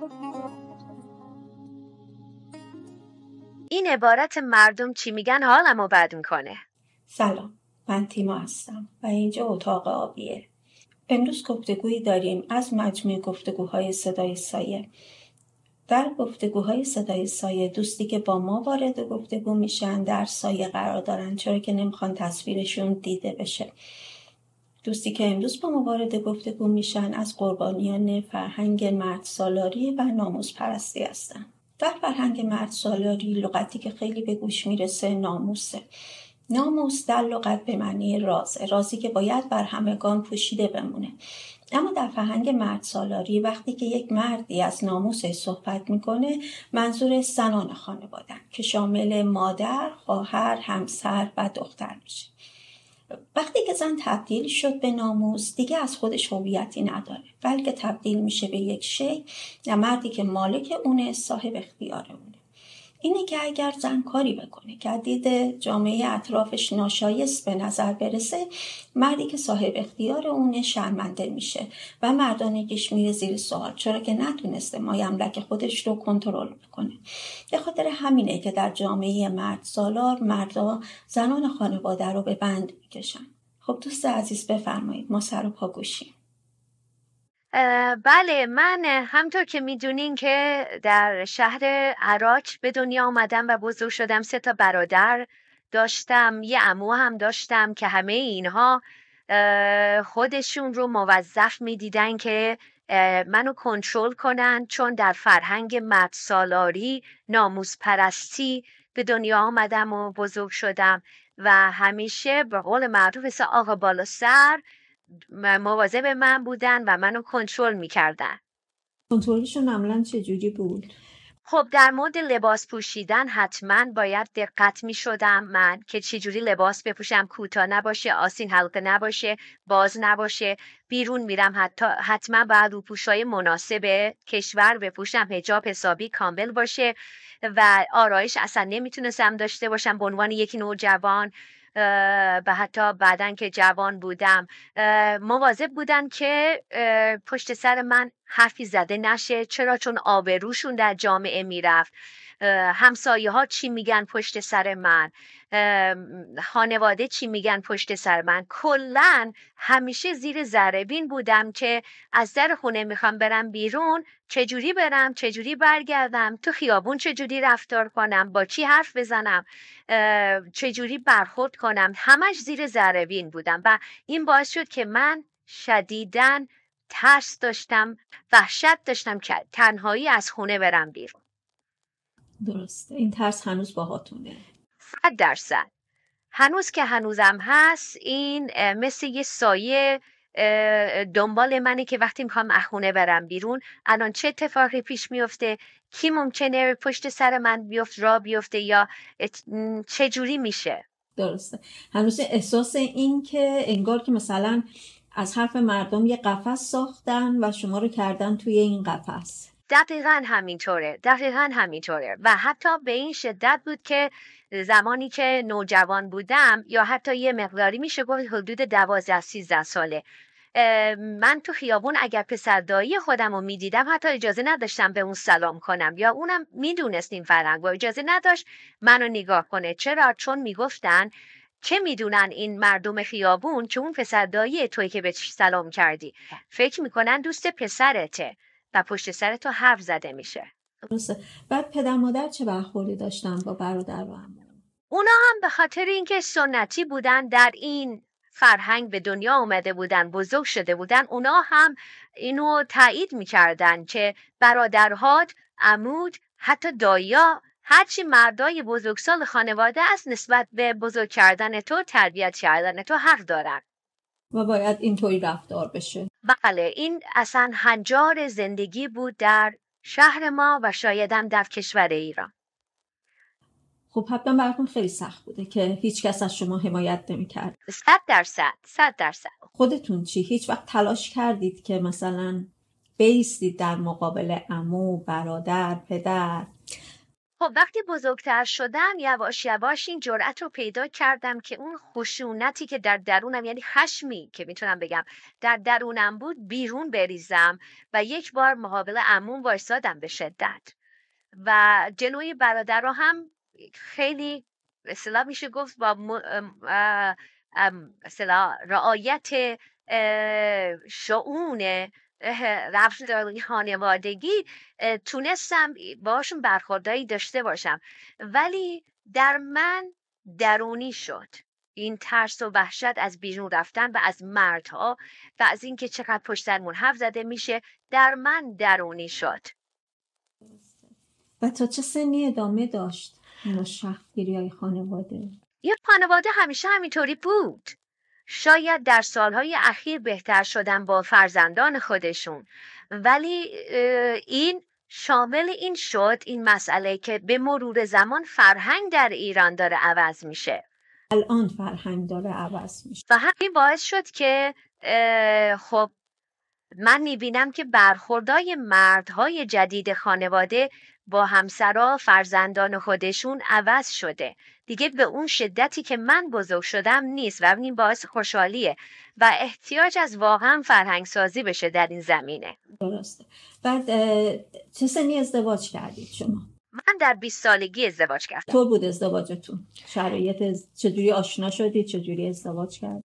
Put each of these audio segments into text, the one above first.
این عبارت مردم چی میگن حالمو بد میکنه. سلام، من تیما هستم و اینجا اتاق آبیه. امروز گفتگویی داریم از مجموعه گفتگوهای صدای سایه. در گفتگوهای صدای سایه دوستی که با ما وارد گفتگو میشن در سایه قرار دارن، چرا که نمیخوان تصویرشون دیده بشه. دوستی که امروز با ما وارد گفتگو میشن از قربانیان فرهنگ مرد سالاری و ناموس پرستی هستن. در فرهنگ مرد سالاری لغتی که خیلی به گوش میرسه ناموسه. ناموس در لغت به معنی رازه، رازی که باید بر همگان پوشیده بمونه. اما در فرهنگ مرد سالاری وقتی که یک مردی از ناموسش صحبت میکنه، منظور زنان خانواده‌اند که شامل مادر، خواهر، همسر و دختر میشه. وقتی که زن تبدیل شد به ناموس، دیگه از خودش هویتی نداره، بلکه تبدیل میشه به یک شی و مردی که مالک اونه صاحب اختیار اونه. اینه که اگر زن کاری بکنه که دید جامعه اطرافش ناشایست به نظر برسه، مردی که صاحب اختیار اونه شرمنده میشه و مردانگیش میره زیر سوال، چرا که نتونسته مایملک خودش رو کنترل بکنه. به خاطر همینه که در جامعه مرد سالار مردا زنان خانواده رو به بند میکشن. خب دوست عزیز بفرمایید، ما سر و پا گوشیم. بله، من همطور که میدونین که در شهر عراق به دنیا آمدم و بزرگ شدم. 3 برادر داشتم، یه عمو هم داشتم که همه اینها خودشون رو موظف میدیدن که منو کنترل کنن، چون در فرهنگ مرد سالاری ناموس پرستی به دنیا آمدم و بزرگ شدم و همیشه به قول معروف مثل آقا بالا سر مواظب من بودن و منو کنترل میکردن. کنترلشون معمولا چجوری بود؟ خب در مورد لباس پوشیدن حتما باید دقت میشدم من که چجوری لباس بپوشم، کوتاه نباشه، آستین حلقه نباشه، باز نباشه. بیرون میرم حتما باید روپوشای مناسب کشور بپوشم، حجاب حسابی کامل باشه و آرایش اصلا نمیتونستم داشته باشم به عنوان یک نوجوان. و حتی بعدن که جوان بودم مواظب بودن که پشت سر من حرفی زده نشه. چرا؟ چون آبروشون در جامعه میرفت. همسایه ها چی میگن پشت سر من، خانواده چی میگن پشت سر من. کلن همیشه زیر ذره بین بودم که از در خونه میخوام برم بیرون، چجوری برم، چجوری برگردم، تو خیابون چجوری رفتار کنم، با چی حرف بزنم، چجوری برخورد کنم. همش زیر ذره بین بودم و این باعث شد که من شدیداً ترس داشتم، وحشت داشتم که تنهایی از خونه برم بیرون. درسته، این ترس هنوز باهاتونه؟ 100%. هنوز که هنوزم هست. این مثل یه سایه دنبال منه که وقتی میخوام از خونه برم بیرون الان چه اتفاقی پیش میفته، کی ممکنه پشت سر من بیفته یا چه جوری میشه. درسته، هنوز احساس این که انگار که مثلا از حرف مردم یه قفس ساختن و شما رو کردن توی این قفس. دقیقاً همینطوره و حتی به این شدت بود که زمانی که نوجوان بودم یا حتی یه مقداری میشه گفت حدود 12-13 ساله، من تو خیابون اگر پسر دایی خودم رو میدیدم حتی اجازه نداشتم به اون سلام کنم، یا اونم میدونست این فرهنگ و اجازه نداشت منو نگاه کنه. چرا؟ چون میگفتن چه میدونن این مردم خیابون که اون پسر دایی توی که بهش سلام کردی، فکر میکنن دوست پسرته و پشت سر تو حرف زده میشه. درسته. بعد پدر مادر چه برخوردی داشتن با برادر و عمو؟ اونا هم به خاطر اینکه سنتی بودن، در این فرهنگ به دنیا اومده بودن، بزرگ شده بودن، اونا هم اینو تایید میکردن که برادرهات، عمود، حتی دایا، هرچی مردای بزرگسال خانواده است نسبت به بزرگ کردن تو، تربیت کردن تو حق دارن و باید اینطوری رفتار بشه. بله، این اصلا هنجار زندگی بود در شهر ما و شایدم در کشور ایران. خب حتما براتون خیلی سخت بوده که هیچ کس از شما حمایت نمی‌کرد. 100%. خودتون چی؟ هیچ وقت تلاش کردید که مثلا بایستید در مقابل عمو، برادر، پدر؟ خب وقتی بزرگتر شدم یواش یواش این جرأت رو پیدا کردم که اون خشونتی که در درونم، یعنی خشمی که میتونم بگم در درونم بود، بیرون بریزم و یک بار مقابل عموم وایسادم به شدت و جلوی برادر رو هم خیلی به اصطلاح میشه گفت با اصطلاح رعایت شؤون رفتاری خانوادگی تونستم باشون برخوردایی داشته باشم، ولی در من درونی شد این ترس و وحشت از بیرون رفتن و از مردها و از اینکه چقدر پشت سرمون حرف زده میشه، در من درونی شد. و تا چه سنی ادامه داشت این شهرگیری‌های خانواده؟ یه خانواده همیشه همینطوری بود. شاید در سالهای اخیر بهتر شدن با فرزندان خودشون، ولی این شامل این شد، این مسئله که به مرور زمان فرهنگ در ایران داره عوض میشه. الان فرهنگ داره عوض میشه و همین باعث شد که خب من میبینم که برخوردای مردهای جدید خانواده با همسرا فرزندان خودشون عوض شده دیگه، به اون شدتی که من بزرگ شدم نیست و این باعث خوشحالیه و احتیاج از واقعا فرهنگ سازی بشه در این زمینه. درسته. بعد چه سنی ازدواج کردید شما؟ من در 20 سالگی ازدواج کردم. چطور بود ازدواجتون؟ شرایط چجوری آشنا شدید؟ چجوری ازدواج کردید؟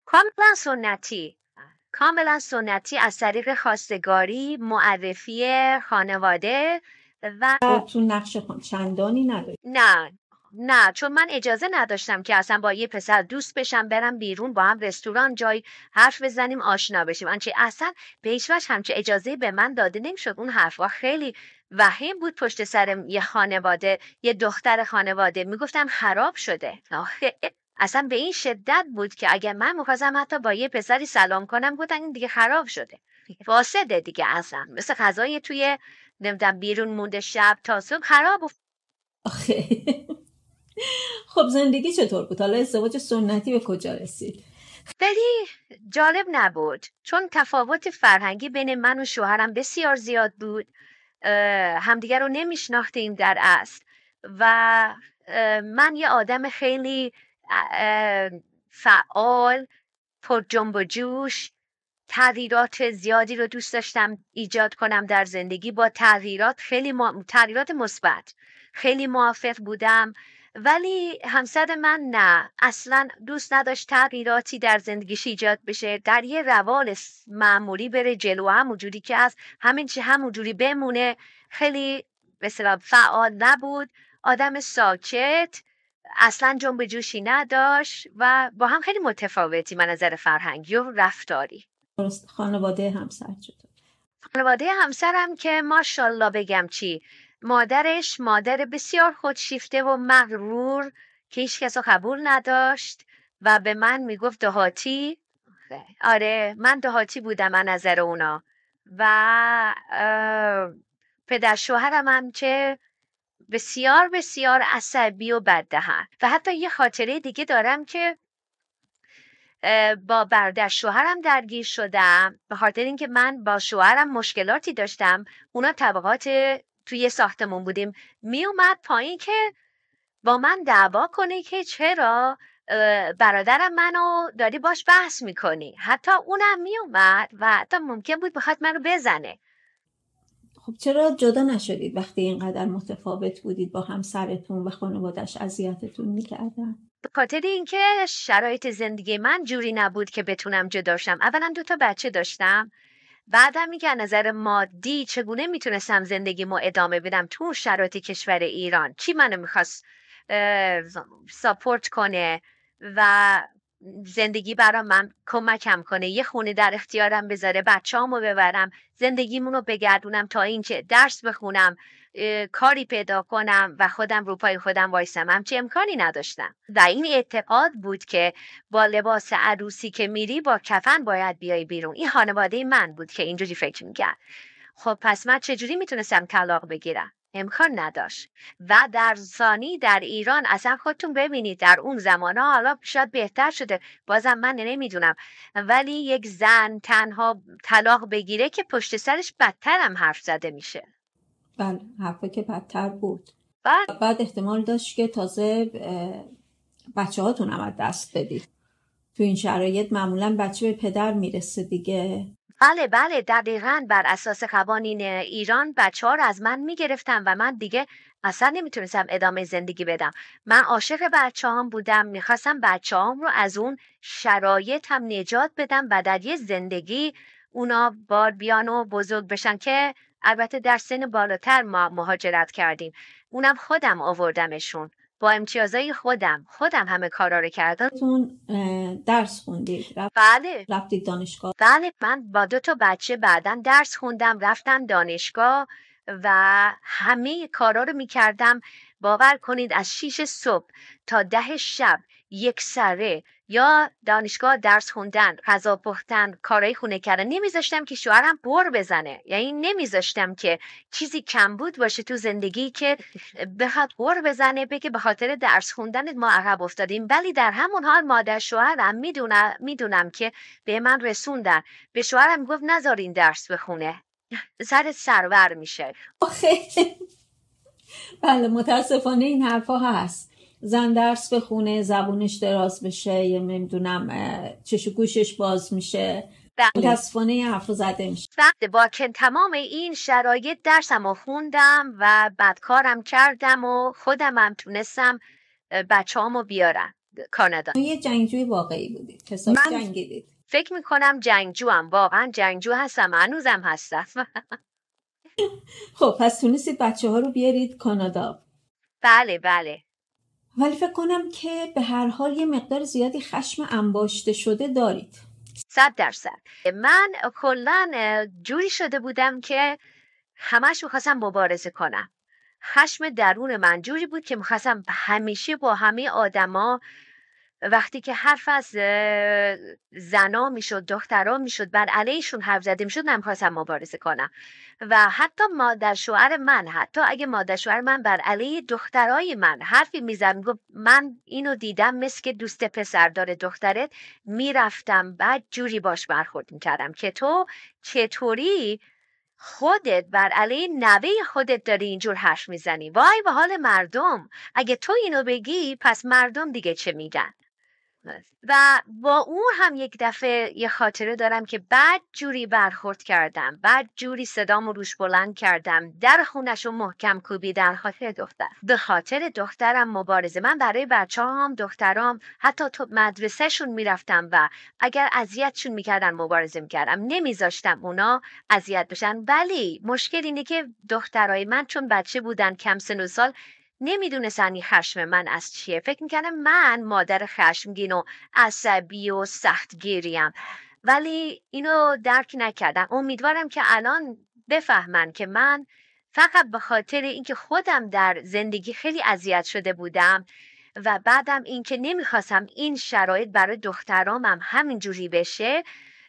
کاملا سنتی از طریق خواستگاری، معرفی خانواده و تو نقش چندانی نداشت؟ نه، چون من اجازه نداشتم که اصلا با یه پسر دوست بشم، برم بیرون با هم رستوران جای حرف بزنیم آشنا بشیم. آنچه اصلا به هیچ وجه همچه اجازه به من داده نمیشد. اون حرفا خیلی وهیم بود پشت سر یه خانواده، یه دختر خانواده. میگفتم خراب شده. اصلا به این شدت بود که اگر من می‌خواستم حتی با یه پسری سلام کنم گفتن این دیگه خراب شده، فاسده دیگه، اصلا مثل غذای توی نمیدونم بیرون مونده شب تا صبح خراب. آخه خب زندگی چطور بود؟ حالا ازدواج سنتی به کجا رسید؟ خیلی جالب نبود، چون تفاوت فرهنگی بین من و شوهرم بسیار زیاد بود. همدیگر رو نمیشناختیم در اصل و من یه آدم خیلی فعال، پر جنب و جوش، تغییرات زیادی رو دوست داشتم ایجاد کنم در زندگی، با تغییرات تغییرات مثبت خیلی موافق بودم، ولی همسر من نه، اصلا دوست نداشت تغییراتی در زندگیش ایجاد بشه، در یه روال معمولی بره جلو، همونجوری که از همونجوری بمونه. خیلی به اصطلاح فعال نبود، آدم ساکت، اصلا جنب جوشی نداشت و با هم خیلی متفاوتی من نظر فرهنگی و رفتاری. خانواده همسر چطور؟ خانواده همسرم که ماشاءالله بگم چی، مادرش مادر بسیار خودشیفته و مغرور که هیچ کس رو قبول نداشت و به من میگفت دهاتی. آره من دهاتی بودم از نظر اونا. و پدر شوهرم هم که بسیار بسیار عصبی و بددهن. و حتی یه خاطره دیگه دارم که با برادر شوهرم درگیر شدم به خاطر اینکه من با شوهرم مشکلاتی داشتم. اونا طبقات توی ساختمون بودیم، می اومد پایین که با من دعوا کنه که چرا برادرم منو داری باش بحث میکنی. حتی اونم می اومد و حتی ممکن بود بخواد منو بزنه. خب چرا جدا نشدید وقتی اینقدر متفاوت بودید با همسرتون و خانواده‌اش اذیتتون میکردن؟ به خاطر اینکه شرایط زندگی من جوری نبود که بتونم جدا شم. اولا 2 بچه داشتم، بعدم میگه نظر مادی چگونه میتونستم زندگیمو ادامه بدم تو شرایط کشور ایران. کی منو میخواست ساپورت کنه و زندگی برای من کمکم کنه، یه خونه در اختیارم بذاره، بچه‌امو ببرم، زندگیمونو بگردونم تا اینکه درس بخونم، کاری پیدا کنم و خودم رو پای خودم وایسم. همچین امکانی نداشتم و این اعتقاد بود که با لباس عروسی که میری با کفن باید بیای بیرون. این خانواده من بود که اینجوری فکر میکرد. خب پس من چجوری میتونستم طلاق بگیرم؟ امکان نداشت. و در ثانی در ایران اصلا خودتون ببینید در اون زمانها، حالا شاید بهتر شده بازم من نمیدونم، ولی یک زن تنها طلاق بگیره که پشت سرش بدتر هم حرف زده میشه. بله حرفه که بدتر بود. بعد احتمال داشت که تازه بچه هاتون هم از دست بدید. تو این شرایط معمولا بچه به پدر میرسه دیگه. بله دقیقاً بر اساس قوانین ایران بچه ها رو از من میگرفتم و من دیگه اصلا نمیتونستم ادامه زندگی بدم. من عاشق بچه هم بودم، میخواستم بچه هم رو از اون شرایط هم نجات بدم و در یه زندگی اونا بار بیان و بزرگ بشن که البته در سن بالاتر ما مهاجرت کردیم. اونم خودم آوردمشون با امتیازهای خودم همه کارا رو کردم. تون درس خوندید؟ بله رفتید دانشگاه؟ بله من با 2 بچه بعداً درس خوندم، رفتم دانشگاه و همه کارا رو میکردم. باور کنید از 6 صبح تا 10 شب یک سره یا دانشگاه درس خوندن، غذا پختن، کارهای خونه کردن. نمیذاشتم که شوهرم بر بزنه، یعنی نمیذاشتم که چیزی کم بود باشه تو زندگی که بخواد بر بزنه بگه به خاطر درس خوندن ما عقب افتادیم. ولی در همون حال مادر شوهرم میدونم که به من رسوندن. به شوهرم گفت نذار این درس بخونه، سرت سرور میشه. بله متاسفانه این حرفا هست. زن درس بخونه، زبونش دراز بشه، یا نمیدونم چش و گوشش باز میشه. متاسفانه این حرفا زده میشه. با که تمام این شرایط درسمو خوندم و بعد کارم کردم و خودمم تونستم بچه‌هامو بیارم کانادا. یه جنگجوی واقعی بودید، حساب جنگیدید. فکر میکنم جنگجوام، واقعا جنگجو هستم، هنوزم هستم. خب پس تونستید بچه ها رو بیارید کانادا؟ بله ولی فکر کنم که به هر حال یه مقدار زیادی خشم انباشته شده دارید. 100%. من کلاً جوری شده بودم که همش میخواستم مبارزه کنم. خشم درون من جوری بود که میخواستم همیشه با همه آدما وقتی که حرف از زنا میشد، دخترها میشد، بر علیهشون حرف زده میشد، نمیخواستم مبارزه کنم. و حتی مادر شوهر من، حتی اگه مادر شوهر من بر علیه دخترای من حرفی میزد، میگفت من اینو دیدم مثل که دوست پسر داره دخترت، میرفتم بعد جوری باش برخورد میکردم که تو چطوری خودت بر علیه نوه خودت داری اینجور حرف میزنی. وای به حال مردم، اگه تو اینو بگی پس مردم دیگه چه میگن. و با اون هم یک دفعه یه خاطره دارم که بعد جوری برخورد کردم، بعد جوری صدامو روش بلند کردم، در خونشو محکم کوبیدم به خاطر دخترم مبارزه. من برای بچه‌هام، دخترام، حتی تو مدرسه شون میرفتم و اگر اذیتشون میکردن مبارزه میکردم، نمیذاشتم اونا اذیت بشن. ولی مشکل اینه که دخترای من چون بچه بودن، کم سن و سال، نمیدونستن این خشم من از چیه. فکر میکنم من مادر خشمگین و عصبی و سختگیریم، ولی اینو درک نکردم. امیدوارم که الان بفهمن که من فقط به خاطر اینکه خودم در زندگی خیلی اذیت شده بودم و بعدم اینکه نمیخواستم این شرایط برای دخترامم همینجوری بشه،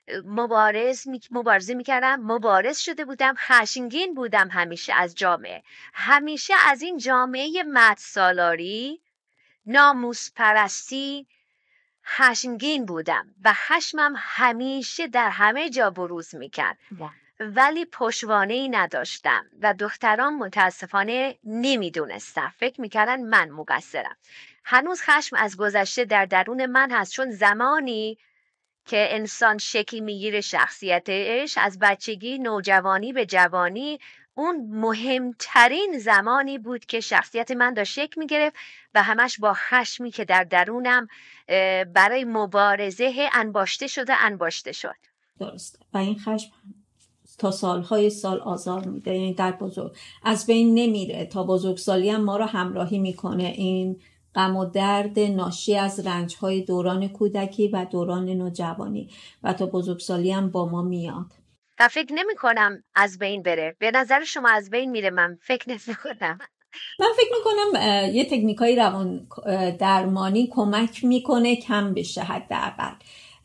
مبارزه میکردم، مبارز شده بودم، خشمگین بودم همیشه از جامعه، همیشه از این جامعه مردسالاری، ناموس پرستی خشمگین بودم و خشمم همیشه در همه جا بروز میکرد. ولی پشتوانه‌ای نداشتم و دختران متاسفانه نمیدونستن، فکر میکردن من مقصرم. هنوز خشم از گذشته در درون من هست، چون زمانی که انسان شکل میگیره شخصیتش از بچگی، نوجوانی به جوانی، اون مهمترین زمانی بود که شخصیت من داشت شکل میگرفت و همش با خشمی که در درونم برای مبارزه انباشته شد. درسته. و این خشم تا سالهای سال آزار میده، یعنی در بزرگ از بین نمیره، تا بزرگسالی هم ما رو همراهی میکنه. این غم و درد ناشی از رنج‌های دوران کودکی و دوران نوجوانی و تا بزرگسالی هم با ما میاد. و فکر نمی کنم از بین بره. به نظر شما از بین میره؟ من فکر نمی کنم. من فکر میکنم یه تکنیکای روان درمانی کمک میکنه کم بشه، حداقل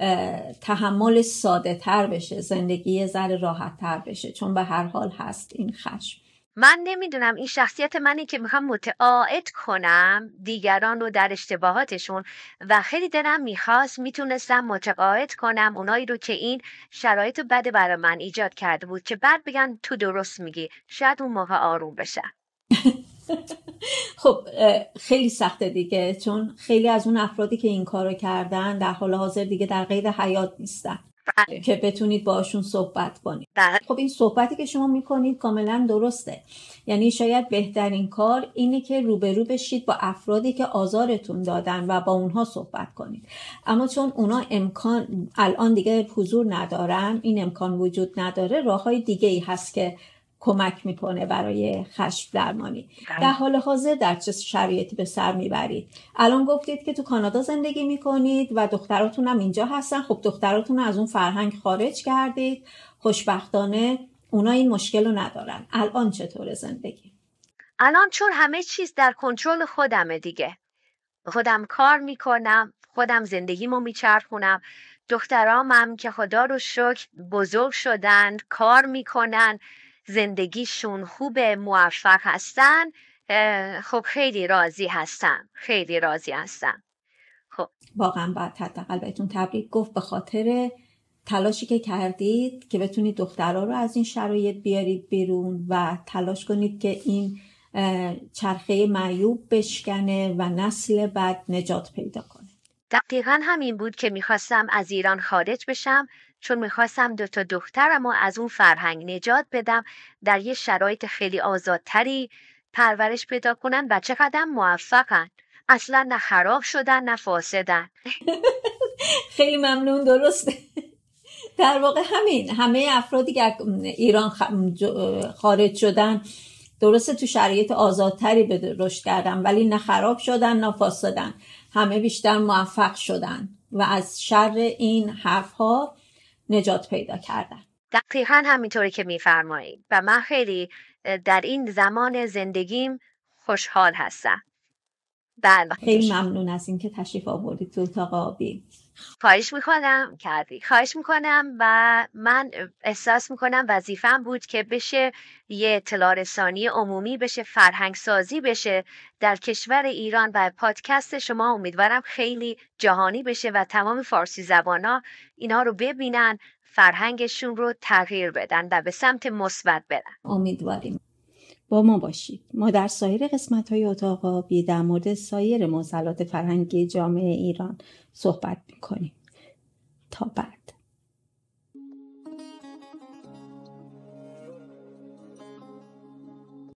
تحمل ساده تر بشه، زندگی یه ذره راحت تر بشه، چون به هر حال هست این خشم. من نمیدونم، این شخصیت منی که میخوام متقاعد کنم دیگران رو در اشتباهاتشون و خیلی دلم میخواست میتونستم متقاعد کنم اونایی رو که این شرایط بده برای من ایجاد کرده بود که بعد بگن تو درست میگی، شاید اون موقع آروم بشه. خب خیلی سخته دیگه، چون خیلی از اون افرادی که این کارو کردن در حال حاضر دیگه در قید حیات نیستن که بتونید باشون صحبت کنید. خب این صحبتی که شما میکنید کاملا درسته، یعنی شاید بهترین کار اینه که روبرو بشید با افرادی که آزارتون دادن و با اونها صحبت کنید. اما چون اونا امکان الان دیگه حضور ندارن، این امکان وجود نداره، راههای دیگه ای هست که کمک میکنه برای خشم درمانی. در حال حاضر در چه شرایطی به سر میبرید؟ الان گفتید که تو کانادا زندگی میکنید و دختراتون هم اینجا هستن. خب دختراتون از اون فرهنگ خارج کردید، خوشبختانه اونا این مشکل رو ندارن. الان چطور زندگی؟ الان چون همه چیز در کنترل خودمه دیگه، خودم کار میکنم، خودم زندگیمو میچرخونم. دخترام هم که خدا رو شکر بزرگ شدن، کار میکنن، زندگیشون خوبه، موفق هستن. خب خیلی راضی هستم، خیلی راضی هستم. خب واقعا باید حداقل بهتون تبریک گفت به خاطر تلاشی که کردید که بتونید دخترها رو از این شرایط بیارید بیرون و تلاش کنید که این چرخه معیوب بشکنه و نسل بعد نجات پیدا کنه. دقیقا همین بود که میخواستم از ایران خارج بشم، چون میخواستم 2 دخترم رو از اون فرهنگ نجات بدم، در یه شرایط خیلی آزادتری پرورش پیدا کنن و چقدر موفقن. اصلا نه خراب شدن نه فاسدن. خیلی ممنون. درسته. در واقع همین همه افرادی که ایران خارج شدن درسته تو شرایط آزادتری به رشد کردن، ولی نه خراب شدن نه فاسدن، همه بیشتر موفق شدن و از شر این حرفها نجات پیدا کردن. دقیقا همینطوری که میفرمایید و من خیلی در این زمان زندگیم خوشحال هستم. بله خیلی ممنون از اینکه تشریف آوردید تو اتاق آبی. خواهش میکنم و من احساس میکنم وظیفه‌ام بود که بشه یه اطلاع رسانی عمومی بشه، فرهنگ سازی بشه در کشور ایران و پادکست شما امیدوارم خیلی جهانی بشه و تمام فارسی زبانا اینا رو ببینن، فرهنگشون رو تغییر بدن و به سمت مثبت برن. امیدواریم. با ما باشید. ما در سایر قسمت‌های اتاق آبی در مورد سایر معضلات فرهنگی جامعه ایران صحبت می‌کنیم. تا بعد.